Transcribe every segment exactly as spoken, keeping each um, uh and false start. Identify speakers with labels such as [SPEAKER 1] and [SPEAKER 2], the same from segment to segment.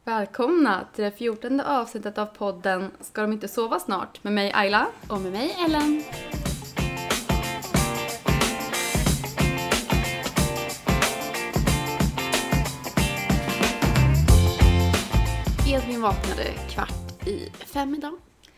[SPEAKER 1] Välkomna till det fjortonde avsnittet av podden Ska de inte sova snart? Med mig Ayla.
[SPEAKER 2] Och med mig Ellen. Edvin vaknade kvart i fem idag.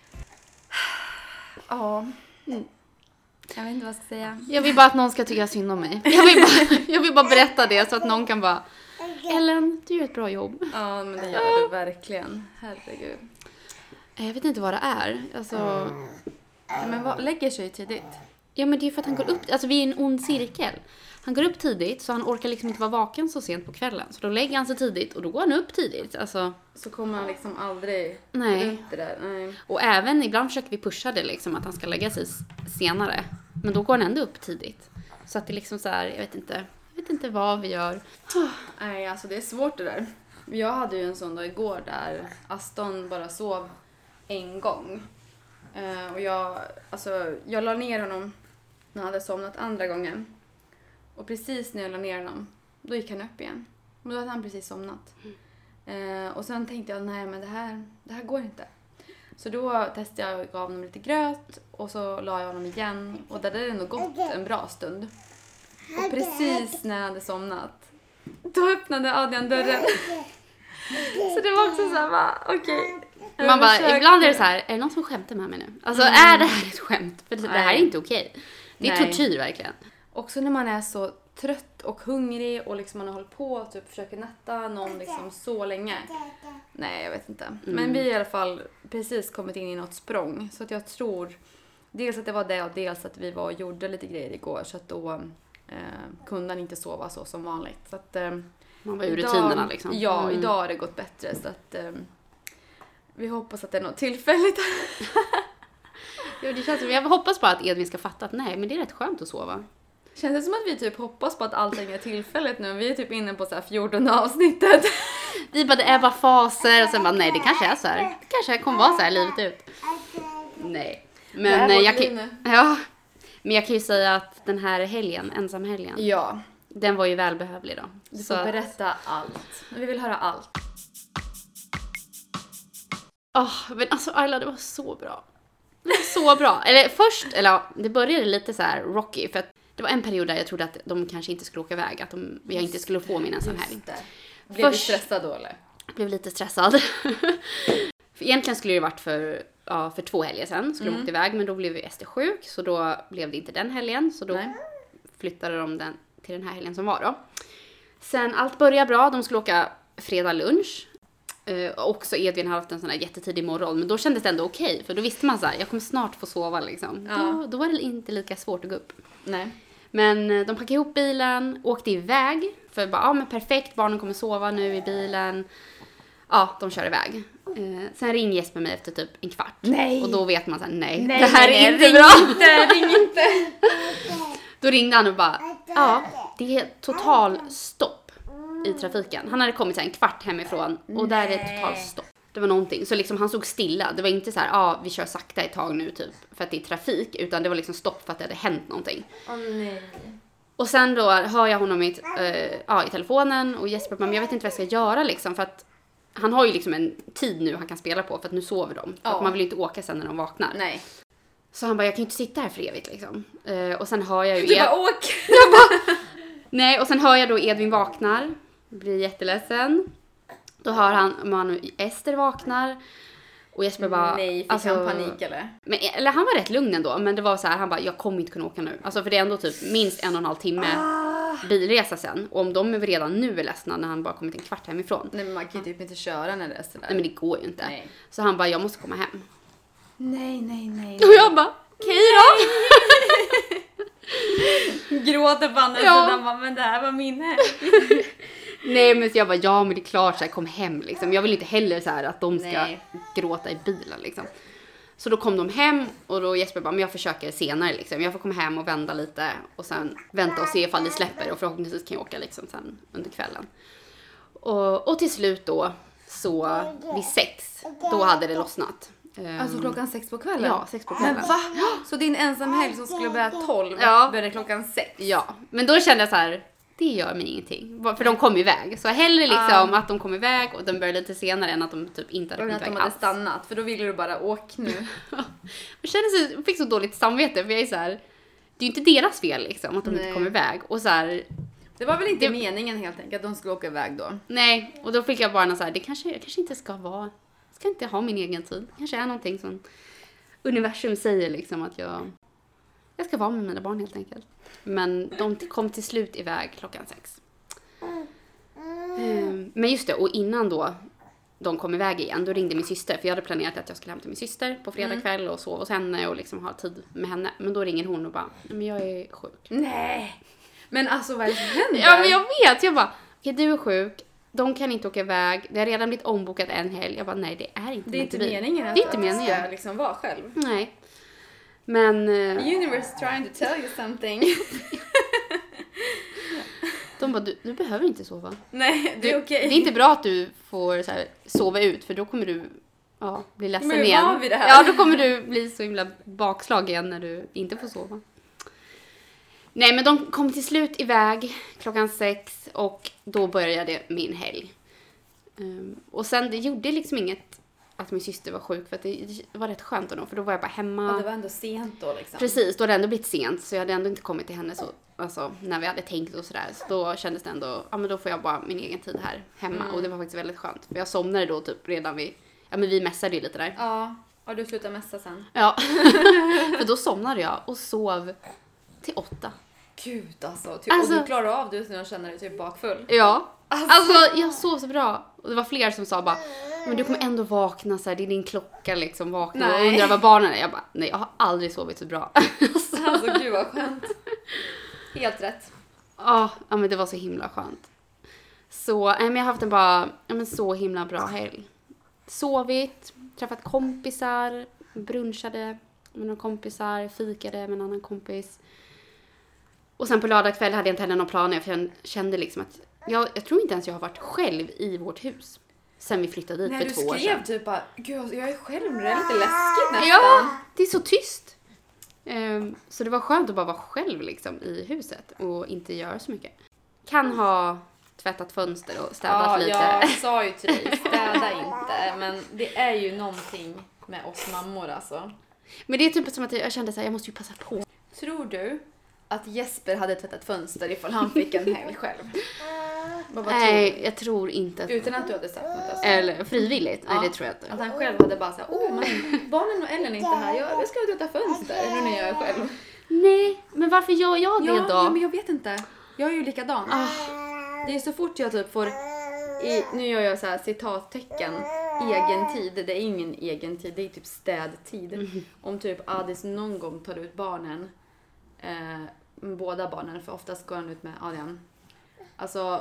[SPEAKER 1] Ja. Mm. Jag vet inte vad jag ska säga.
[SPEAKER 2] Jag vill bara att någon ska tycka synd om mig. Jag vill bara, jag vill bara berätta det så att någon kan bara... Ellen, du gör ett bra jobb.
[SPEAKER 1] Ja, men det gör du verkligen. Herregud.
[SPEAKER 2] Jag vet inte vad det är. Alltså...
[SPEAKER 1] Mm. Men vad, lägger sig tidigt?
[SPEAKER 2] Ja, men det är för att han går upp... Alltså, vi är i en ond cirkel. Han går upp tidigt så han orkar liksom inte vara vaken så sent på kvällen. Så då lägger han sig tidigt och då går han upp tidigt. Alltså...
[SPEAKER 1] Så kommer han liksom aldrig
[SPEAKER 2] Nej.
[SPEAKER 1] ut det där. Nej.
[SPEAKER 2] Och även ibland försöker vi pusha det liksom att han ska lägga sig senare. Men då går han ändå upp tidigt. Så att det är liksom så här, jag vet inte... Jag vet inte vad vi gör.
[SPEAKER 1] Nej, alltså det är svårt det där. Jag hade ju en sån dag igår där Aston bara sov en gång. Uh, och jag, alltså, jag la ner honom när han hade somnat andra gången. Och precis när jag la ner honom, då gick han upp igen. Och då hade han precis somnat. Uh, och sen tänkte jag, nej men det här, det här går inte. Så då testade jag och gav honom lite gröt. Och så la jag honom igen. Och där hade det nog gått en bra stund. Och precis när han hade somnat, då öppnade Adrian dörren. Så det var också så här, va, okej. Okay.
[SPEAKER 2] Man bara, försöker. Ibland är det så här, är det någon som skämtar med mig nu? Alltså mm. är det här ett skämt? För det, det här är inte okej. Det är Nej. tortyr verkligen.
[SPEAKER 1] Också när man är så trött och hungrig och liksom man har hållit på och typ försöker natta någon liksom så länge. Nej, jag vet inte. Mm. Men vi har i alla fall precis kommit in i något språng. Så att jag tror, dels att det var det och dels att vi var och gjorde lite grejer igår. Så att då... Eh, kunde han inte sova så som vanligt. Så att, eh,
[SPEAKER 2] man var ur rutinerna liksom.
[SPEAKER 1] Ja,
[SPEAKER 2] mm.
[SPEAKER 1] idag har det gått bättre. Så att eh, vi hoppas att det är något tillfälligt.
[SPEAKER 2] Jo, det känns som, jag hoppas bara att Edvin ska fatta att nej, men det är rätt skönt att sova.
[SPEAKER 1] Känns det som att vi typ hoppas på att allting är tillfälligt nu? Vi är typ inne på så här fjortonde avsnittet.
[SPEAKER 2] Vi bara, det är bara faser. Och sen bara, nej, det kanske är så här. Det kanske kommer vara så här livet ut. Nej. Men jag kan... Ja. Men jag kan ju säga att den här helgen, ensamhelgen,
[SPEAKER 1] ja.
[SPEAKER 2] den var ju välbehövlig då.
[SPEAKER 1] Du får så berätta att... allt. Vi vill höra allt.
[SPEAKER 2] Åh, oh, men alltså Ayla, det var så bra. Det var så bra. Eller först, eller ja, det började lite så här rocky. För att det var en period där jag trodde att de kanske inte skulle åka iväg. Att de, jag inte skulle få min ensamhelg.
[SPEAKER 1] Blev först, du stressad då eller?
[SPEAKER 2] Blev lite stressad. För egentligen skulle det varit för... Ja, för två helger sedan skulle mm. de åka iväg. Men då blev ju Ester sjuk. Så då blev det inte den helgen. Så då Nej. flyttade de den till den här helgen som var då. Sen allt började bra. De skulle åka fredag lunch. Uh, också Edvin hade haft en sån här jättetidig morgon. Men då kändes det ändå okej. Okay, för då visste man så här, jag kommer snart få sova liksom. Ja. Då, då var det inte lika svårt att gå upp.
[SPEAKER 1] Nej.
[SPEAKER 2] Men de packade ihop bilen. Åkte iväg. För bara, ja men perfekt. Barnen kommer sova nu i bilen. Ja, de kör iväg. Eh, sen ringer Jesper mig efter typ en kvart.
[SPEAKER 1] Nej.
[SPEAKER 2] Och då vet man såhär, nej,
[SPEAKER 1] nej,
[SPEAKER 2] det här
[SPEAKER 1] nej,
[SPEAKER 2] är inte
[SPEAKER 1] ring
[SPEAKER 2] bra.
[SPEAKER 1] Inte, ring inte.
[SPEAKER 2] Då ringde han och bara, ja, det är total stopp i trafiken. Han hade kommit så här en kvart hemifrån och där är det total stopp. Det var någonting, så liksom han stod stilla. Det var inte så här, ja, vi kör sakta ett tag nu typ för att det är trafik. Utan det var liksom stopp för att det hade hänt någonting.
[SPEAKER 1] Åh oh, nej.
[SPEAKER 2] Och sen då hör jag honom i, äh, ja, i telefonen och Jesper bara, men jag vet inte vad jag ska göra liksom för att han har ju liksom en tid nu han kan spela på för att nu sover de. För ja. att man vill inte åka sen när de vaknar.
[SPEAKER 1] Nej.
[SPEAKER 2] Så han bara, jag kan ju inte sitta här för evigt liksom. Uh, och sen hör jag ju...
[SPEAKER 1] Du Ed... bara, åk!
[SPEAKER 2] Jag bara, nej, och sen hör jag då Edvin vaknar. Blir jätteledsen. Då hör han, man Ester vaknar. Och Jesper bara...
[SPEAKER 1] Nej, fick alltså, han panik eller?
[SPEAKER 2] Men, eller han var rätt lugn ändå. Men det var så här, han bara, jag kommer inte kunna åka nu. Alltså för det är ändå typ minst en och en halv timme... Ah. bilresa sen. Och om de är redan nu är ledsna när han bara kommit en kvart hemifrån.
[SPEAKER 1] Nej, men man kan ju typ inte köra när det är sådär.
[SPEAKER 2] Nej, men det går ju inte.
[SPEAKER 1] Nej.
[SPEAKER 2] Så han bara, jag måste komma hem.
[SPEAKER 1] Nej, nej, nej.
[SPEAKER 2] Och jag bara, okej
[SPEAKER 1] då. Gråter på andra
[SPEAKER 2] ja.
[SPEAKER 1] sidan. Bara, men det här var min hem.
[SPEAKER 2] Nej, men så jag bara, ja men det är klart så här, kom hem liksom. Jag vill inte heller så här att de ska nej. gråta i bilen liksom. Så då kom de hem och då Jesper bara, men jag försöker senare liksom. Jag får komma hem och vända lite och sen vänta och se ifall det släpper och förhoppningsvis kan jag åka liksom sen under kvällen. Och, och till slut då så vid sex, då hade det lossnat.
[SPEAKER 1] Alltså klockan sex på kvällen?
[SPEAKER 2] Ja, sex på kvällen.
[SPEAKER 1] Men va? Så din ensamhelg som skulle börja tolv
[SPEAKER 2] ja.
[SPEAKER 1] började klockan sex?
[SPEAKER 2] Ja, men då kände jag så här, det gör mig ingenting. För de kom iväg. Så hellre liksom um, att de kom iväg och de började lite senare än att de typ inte hade kommit iväg alls.
[SPEAKER 1] Att de hade stannat, för då ville du bara åka nu.
[SPEAKER 2] Jag kände så, jag fick så dåligt samvete, för jag är så här, det är ju inte deras fel liksom att de Nej. inte kom iväg. Och så här,
[SPEAKER 1] det var väl inte det, meningen helt enkelt att de skulle åka iväg då.
[SPEAKER 2] Nej, och då fick jag bara så här, det kanske, jag kanske inte ska vara, ska inte ha min egen tid. Det kanske är någonting som universum säger liksom att jag, jag ska vara med mina barn helt enkelt. Men de kom till slut iväg klockan sex. Mm. Men just det, och innan då de kom iväg igen, då ringde min syster. För jag hade planerat att jag skulle hämta min syster på fredag kväll mm. och sova hos henne och liksom ha tid med henne. Men då ringer hon och bara, men jag är sjuk.
[SPEAKER 1] Nej, men alltså vad är det som händer?
[SPEAKER 2] Ja, men jag vet. Jag bara, okej, du är sjuk. De kan inte åka iväg. Det har redan blivit ombokat en helg. Jag bara, nej, det är inte
[SPEAKER 1] Det är inte meningen att
[SPEAKER 2] det är inte meningen.
[SPEAKER 1] Jag ska liksom vara själv.
[SPEAKER 2] Nej. Men... Uh,
[SPEAKER 1] The universe trying to tell you something.
[SPEAKER 2] De bara, du, du behöver inte sova.
[SPEAKER 1] Nej, det är okej. Okay.
[SPEAKER 2] Det är inte bra att du får så här, sova ut, för då kommer du ja, bli ledsen
[SPEAKER 1] Men
[SPEAKER 2] igen.
[SPEAKER 1] Har vi det här?
[SPEAKER 2] Ja, då kommer du bli så himla bakslag igen när du inte får sova. Nej, men de kom till slut iväg klockan sex och då började min helg. Um, och sen det gjorde liksom inget att min syster var sjuk, för att det var rätt skönt då, för då var jag bara hemma.
[SPEAKER 1] Och det var ändå sent då liksom.
[SPEAKER 2] Precis, då hade det ändå blivit sent, så jag hade ändå inte kommit till henne så, alltså, när vi hade tänkt och sådär. Så då kändes det ändå, ja men då får jag bara min egen tid här hemma. Mm. Och det var faktiskt väldigt skönt, för jag somnade då typ redan vid, ja men vi mässade ju lite där.
[SPEAKER 1] Ja, och du slutade mässa sen.
[SPEAKER 2] Ja, för då somnade jag och sov till åtta.
[SPEAKER 1] Gud alltså, typ, alltså och du klarar av det utan att känna dig typ bakfull.
[SPEAKER 2] Ja, alltså, alltså jag sov så bra. Och det var fler som sa bara, men du kommer ändå vakna så här, det är din klocka liksom, vakna nej. Och undrar vad barnen är. Jag bara, nej, jag har aldrig sovit så bra.
[SPEAKER 1] alltså, alltså gud vad skönt. Helt rätt.
[SPEAKER 2] Ja, ja men det var så himla skönt. Så, nej, men jag har haft en bara, ja men så himla bra helg. Sovit, träffat kompisar, brunchade med några kompisar, fikade med en annan kompis. Och sen på lördag kväll hade jag inte heller någon planer, för jag kände liksom att jag, jag tror inte ens jag har varit själv i vårt hus sen vi flyttade dit. Nej, för två år sedan.
[SPEAKER 1] Nej, du skrev typ bara, gud jag är själv, det är lite läskigt nästan.
[SPEAKER 2] Ja, det är så tyst. Um, så det var skönt att bara vara själv liksom i huset och inte göra så mycket. Kan ha tvättat fönster och städat
[SPEAKER 1] ja,
[SPEAKER 2] lite.
[SPEAKER 1] Ja, jag sa ju till dig, städa inte. Men det är ju någonting med oss mammor alltså.
[SPEAKER 2] Men det är typ som att jag kände så här, jag måste ju passa på.
[SPEAKER 1] Tror du att Jesper hade tvättat fönster ifall han fick en helg själv?
[SPEAKER 2] Vad, vad Nej, tror jag tror inte. Att...
[SPEAKER 1] Utan att du hade sagt något alltså.
[SPEAKER 2] Eller frivilligt? Ja. Nej, det tror jag inte.
[SPEAKER 1] Att han själv hade bara såhär, åh, men barnen och Ellen är inte här. Jag, jag ska tvätta fönster. Nu när jag är själv.
[SPEAKER 2] Nej, men varför gör jag det
[SPEAKER 1] ja,
[SPEAKER 2] då?
[SPEAKER 1] Ja, men jag vet inte. Jag är ju likadan. Ah. Det är så fort jag typ får, i, nu gör jag så här citattecken, egen tid. Det är ingen egen tid, det är typ städtid. Mm. Om typ Adis någon gång tar ut barnen, eh, båda barnen, för oftast går han ut med Adrian. Alltså,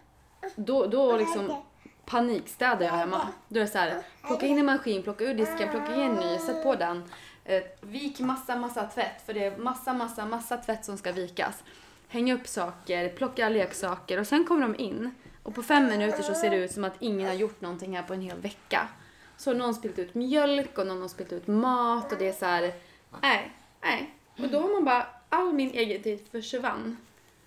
[SPEAKER 1] då, då liksom panikstädar jag hemma. Då är det så här, plocka in en maskin, plocka ur disken, plocka in en ny, sätt på den. Eh, vik massa, massa tvätt, för det är massa, massa, massa tvätt som ska vikas. Häng upp saker, plocka leksaker och sen kommer de in. Och på fem minuter så ser det ut som att ingen har gjort någonting här på en hel vecka. Så någon har spilt ut mjölk och någon har spilt ut mat och det är så här, nej, nej. Och då har man bara, all min egen tid försvann.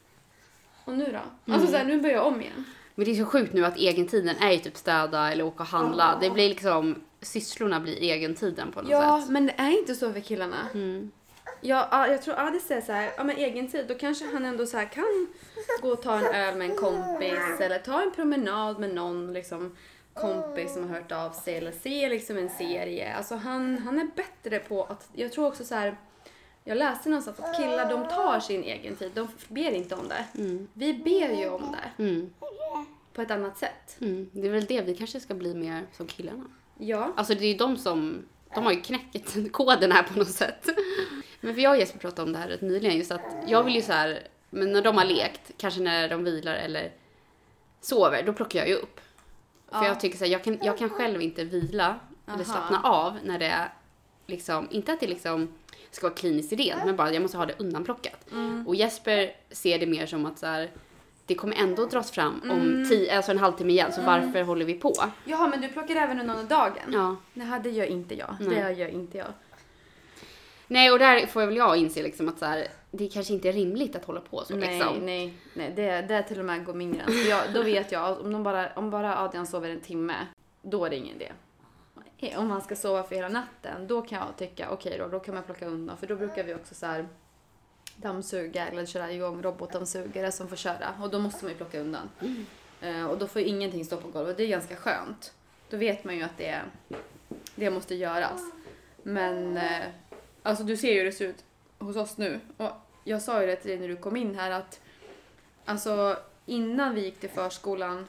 [SPEAKER 1] Och nu då? Mm. Alltså så här, nu börjar jag om igen.
[SPEAKER 2] Men det är så sjukt nu att egentiden är ju typ städa eller åka och handla. Oh. Det blir liksom, sysslorna blir egentiden på något
[SPEAKER 1] ja,
[SPEAKER 2] sätt.
[SPEAKER 1] Ja, men det är inte så för killarna.
[SPEAKER 2] Mm.
[SPEAKER 1] Ja, jag tror Adis säger så här, ja men egen tid, då kanske han ändå så här kan gå och ta en öl med en kompis eller ta en promenad med någon liksom kompis som har hört av sig eller se liksom en serie. Alltså han, han är bättre på att, jag tror också så här, jag läste någonstans att killar, de tar sin egen tid, de ber inte om det. Mm. Vi ber ju om det. Mm. På ett annat sätt.
[SPEAKER 2] Mm. Det är väl det, vi kanske ska bli mer som killarna.
[SPEAKER 1] Ja.
[SPEAKER 2] Alltså det är ju de som, de har ju knäckt koden här på något sätt. Men för jag och Jesper pratade om det här rätt nyligen, just att jag vill ju så här, men när de har lekt, kanske när de vilar eller sover, då plockar jag ju upp. Ja. För jag tycker så här, jag kan, jag kan själv inte vila Aha. eller slappna av när det är liksom, inte att det liksom ska vara kliniskt rent, men bara jag måste ha det undanplockat. Mm. Och Jesper ser det mer som att så här, det kommer ändå dras fram om mm. tio, alltså en halvtimme igen, så mm. varför håller vi på?
[SPEAKER 1] Ja, men du plockar även under dagen.
[SPEAKER 2] Ja.
[SPEAKER 1] Nej, det gör inte jag.
[SPEAKER 2] Nej.
[SPEAKER 1] Det gör inte jag.
[SPEAKER 2] Nej, och där får jag väl jag inse liksom att så här, det kanske inte är rimligt att hålla på så.
[SPEAKER 1] Nej,
[SPEAKER 2] liksom.
[SPEAKER 1] nej, nej. Det, det är till och med går min gräns. Jag, då vet jag att om, de bara, om bara Adrian sover en timme, då är det ingen idé. Om han ska sova för hela natten, då kan jag tycka okej okay då, då kan man plocka undan. För då brukar vi också så här dammsuga eller köra igång robotdammsugare som får köra. Och då måste man ju plocka undan. Mm. Uh, och då får ju ingenting stå på golvet. Det är ganska skönt. Då vet man ju att det, det måste göras. Men uh, alltså du ser ju hur det ser ut hos oss nu. Och jag sa ju det till dig när du kom in här att alltså innan vi gick till förskolan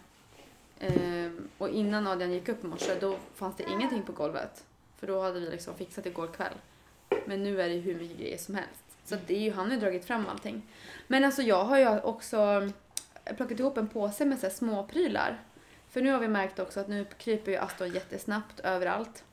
[SPEAKER 1] uh, och innan Adrian gick upp i morse, då fanns det ingenting på golvet. För då hade vi liksom fixat igår kväll. Men nu är det hur mycket grejer som helst. Så det är ju, han har ju dragit fram allting. Men alltså jag har ju också plockat ihop en påse med så här små prylar. För nu har vi märkt också att nu kryper ju Aston jättesnabbt överallt.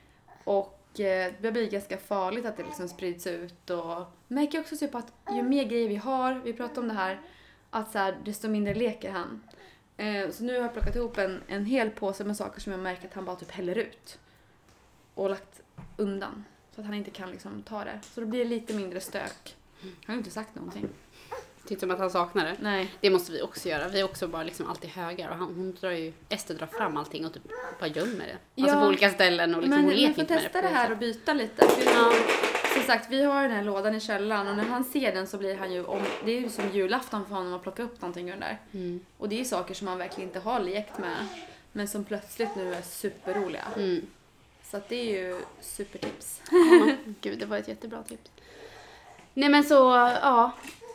[SPEAKER 1] Och eh, det blir ganska farligt att det liksom sprids ut. Och märker också typ att ju mer grejer vi har, vi pratar om det här, att så här, desto mindre leker han. Eh, så nu har jag plockat ihop en, en hel påse med saker som jag märker att han bara typ häller ut. Och lagt undan. Så att han inte kan liksom ta det. Så då blir det lite mindre stök. Han har ju inte sagt någonting.
[SPEAKER 2] Tyckte som att han saknar det.
[SPEAKER 1] Nej.
[SPEAKER 2] Det måste vi också göra. Vi är också bara liksom alltid högar. Och han, hon drar ju, Ester drar fram allting och typ bara gömmer det. Alltså
[SPEAKER 1] ja,
[SPEAKER 2] på olika ställen och liksom
[SPEAKER 1] men,
[SPEAKER 2] hon leker
[SPEAKER 1] inte med det. Men vi får testa
[SPEAKER 2] det,
[SPEAKER 1] det här och byta lite. För ja. Som sagt, vi har den här lådan i källaren. Och när han ser den så blir han ju, om, det är ju som julafton för honom att plocka upp någonting ur den där. Mm. Och det är saker som han verkligen inte har lekt med. Men som plötsligt nu är superroliga. Mm. Så att det är ju supertips.
[SPEAKER 2] Ja, gud, det var ett jättebra tips. Nej men så, ja.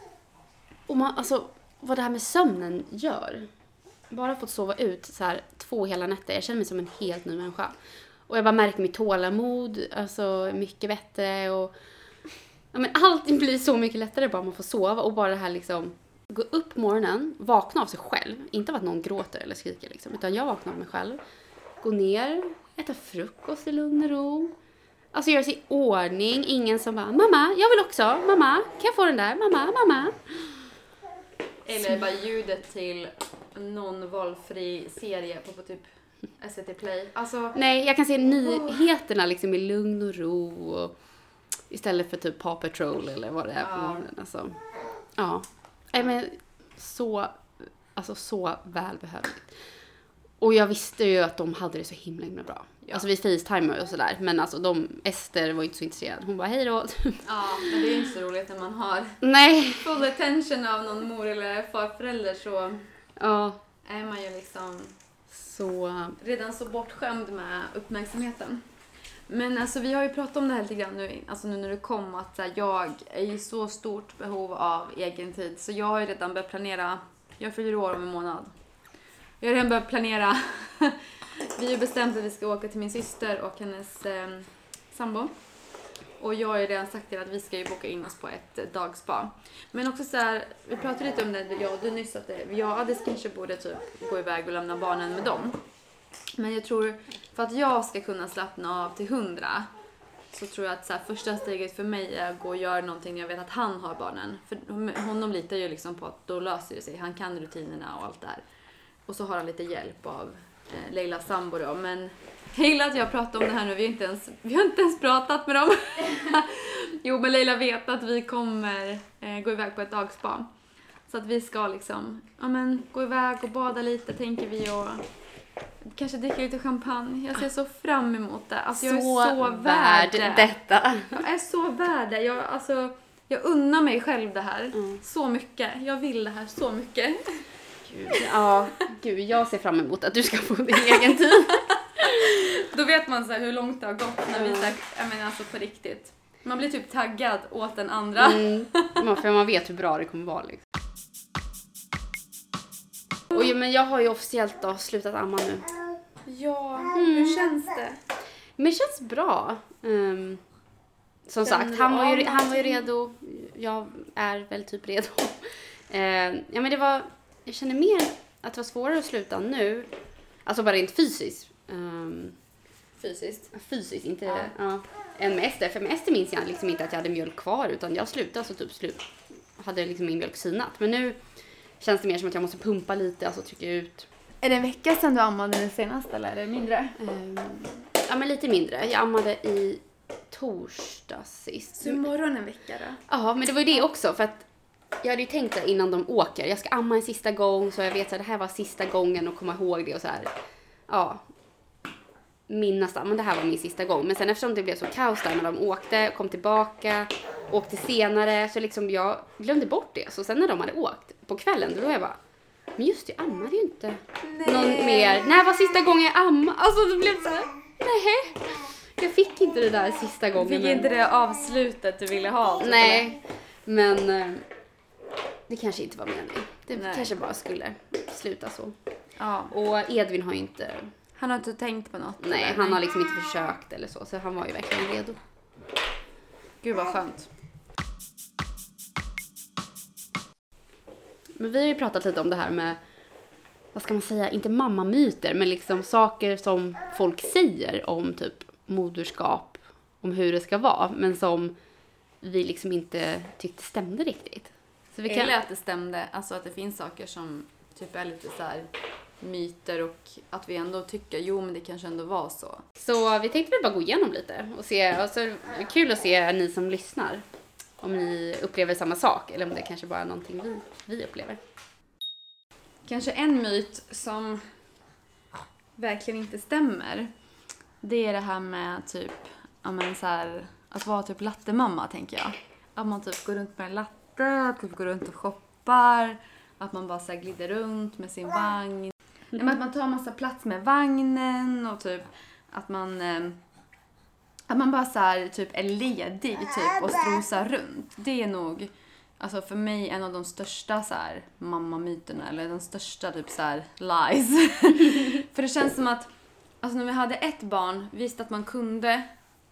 [SPEAKER 2] Och man, alltså, vad det här med sömnen gör. Bara fått sova ut så här två hela nätter. Jag känner mig som en helt ny människa. Och jag bara märker mitt tålamod. Alltså mycket bättre. Och, ja, men allting blir så mycket lättare bara man får sova. Och bara det här liksom, gå upp på morgonen, vakna av sig själv. Inte av att någon gråter eller skriker liksom. Utan jag vaknar av mig själv. Gå ner, äta frukost i lugn och ro. Alltså göra sig i ordning. Ingen som bara, mamma, jag vill också. Mamma, kan jag få den där? Mamma, mamma.
[SPEAKER 1] Eller bara ljudet till någon valfri serie på, på typ S V T Play. Alltså,
[SPEAKER 2] nej, jag kan se nyheterna liksom i lugn och ro. Och istället för typ Paw Patrol eller vad det är på ja. morgonen. Alltså, ja. Nej, men så, alltså, så välbehövligt. Och jag visste ju att de hade det så himla himla bra. Ja. Alltså vi facetimer och sådär. Men alltså de, Ester var inte så intresserad. Hon bara, hej då.
[SPEAKER 1] Ja, men det är inte så roligt när man har
[SPEAKER 2] nej.
[SPEAKER 1] full attention av någon mor eller farförälder så
[SPEAKER 2] ja.
[SPEAKER 1] är man ju liksom
[SPEAKER 2] så
[SPEAKER 1] redan så bortskämd med uppmärksamheten. Men alltså vi har ju pratat om det här lite grann nu, alltså nu när du kom att här, jag är i så stort behov av egen tid. Så jag har ju redan börjat planera, jag fyller år om en månad. Jag har redan börjat planera. Vi har bestämt att vi ska åka till min syster och hennes eh, sambo. Och jag har ju redan sagt till att vi ska ju boka in oss på ett eh, dagspa. Men också så här, vi pratade lite om det, jag och du nyss att det, jag hade kanske borde typ gå iväg och lämna barnen med dem. Men jag tror, för att jag ska kunna slappna av till hundra så tror jag att så här, första steget för mig är att gå och göra någonting när jag vet att han har barnen. För honom litar ju liksom på att då löser det sig. Han kan rutinerna och allt det här. Och så har han lite hjälp av eh, Leilas sambo då. Men jag gillar att jag pratar om det här nu. Vi har inte ens, vi har inte ens pratat med dem. Jo, men Leila vet att vi kommer eh, gå iväg på ett dagspa. Så att vi ska liksom ja, men, gå iväg och bada lite tänker vi. Och kanske dricka lite champagne. Jag ser så fram emot det. Alltså, jag är så, så värd det.
[SPEAKER 2] detta.
[SPEAKER 1] Jag är så värd det. Jag, alltså, jag unnar mig själv det här. Mm. Så mycket. Jag vill det här så mycket.
[SPEAKER 2] Gud, ja, gud, jag ser fram emot att du ska få din egen tid.
[SPEAKER 1] Då vet man så här hur långt det har gått när vi sagt, jag menar alltså på riktigt. Man blir typ taggad åt den andra.
[SPEAKER 2] Mm, för man vet hur bra det kommer vara liksom. Och, men jag har ju officiellt då slutat amma nu.
[SPEAKER 1] Ja, mm. Hur känns det?
[SPEAKER 2] Men det känns bra. Um, som Känner sagt, han var, ju, han var ju redo. Jag är väl typ redo. uh, ja men det var... Jag känner mer att det var svårare att sluta nu. Alltså bara rent fysiskt. Um,
[SPEAKER 1] fysiskt?
[SPEAKER 2] Fysiskt, inte...
[SPEAKER 1] Ja.
[SPEAKER 2] Ja, än med Ester. För med Ester minns jag liksom inte att jag hade mjölk kvar. Utan jag slutade så typ slut. Hade liksom min mjölk sinat. Men nu känns det mer som att jag måste pumpa lite. Alltså trycka ut.
[SPEAKER 1] Är det en vecka sedan du ammade den senast eller är det mindre?
[SPEAKER 2] Um, ja men lite mindre. Jag ammade i torsdag sist.
[SPEAKER 1] Så imorgon en vecka då?
[SPEAKER 2] Ja, men det var ju det också för att jag hade ju tänkt att innan de åker, jag ska amma en sista gång så jag vet att det här var sista gången och komma ihåg det och så här. Ja, minnas det, men det här var min sista gång. Men sen eftersom det blev så kaos där när de åkte, kom tillbaka, åkte senare, så liksom jag glömde bort det. Så sen när de hade åkt på kvällen, då var jag bara, men just det, jag ammade ju inte nej. någon mer. När var sista gången jag ammade? Alltså det blev så här, nej. Jag fick inte det där sista gången.
[SPEAKER 1] Du fick inte det avslutet du ville ha? Typ,
[SPEAKER 2] nej, eller? Men det kanske inte var meningen. Det nej. kanske bara skulle sluta så.
[SPEAKER 1] Ja.
[SPEAKER 2] Och Edvin har ju inte...
[SPEAKER 1] Han har inte tänkt på något?
[SPEAKER 2] Nej, eller? Han har liksom inte försökt eller så. Så han var ju verkligen redo.
[SPEAKER 1] Gud vad skönt.
[SPEAKER 2] Men vi har ju pratat lite om det här med, vad ska man säga, inte mammamyter, men liksom saker som folk säger om typ moderskap, om hur det ska vara, men som vi liksom inte tyckte stämde riktigt.
[SPEAKER 1] Så vi kan... Eller att det stämde, alltså att det finns saker som typ är lite så här myter och att vi ändå tycker, jo men det kanske ändå var så.
[SPEAKER 2] Så vi tänkte väl bara gå igenom lite och se, och så är det kul att se ni som lyssnar, om ni upplever samma sak eller om det kanske bara är någonting vi, vi upplever.
[SPEAKER 1] Kanske en myt som verkligen inte stämmer, det är det här med typ, ja men så här, att vara typ lattemamma tänker jag. Att man typ går runt med en latte, typ går runt och shoppar, att man bara så här glider runt med sin vagn. Mm. Att man tar massa plats med vagnen och typ att man eh, att man bara så här, typ är ledig typ och strosar runt. Det är nog alltså för mig en av de största så här mammamyterna eller den största typ så här lies. För det känns som att alltså när vi hade ett barn, visste att man kunde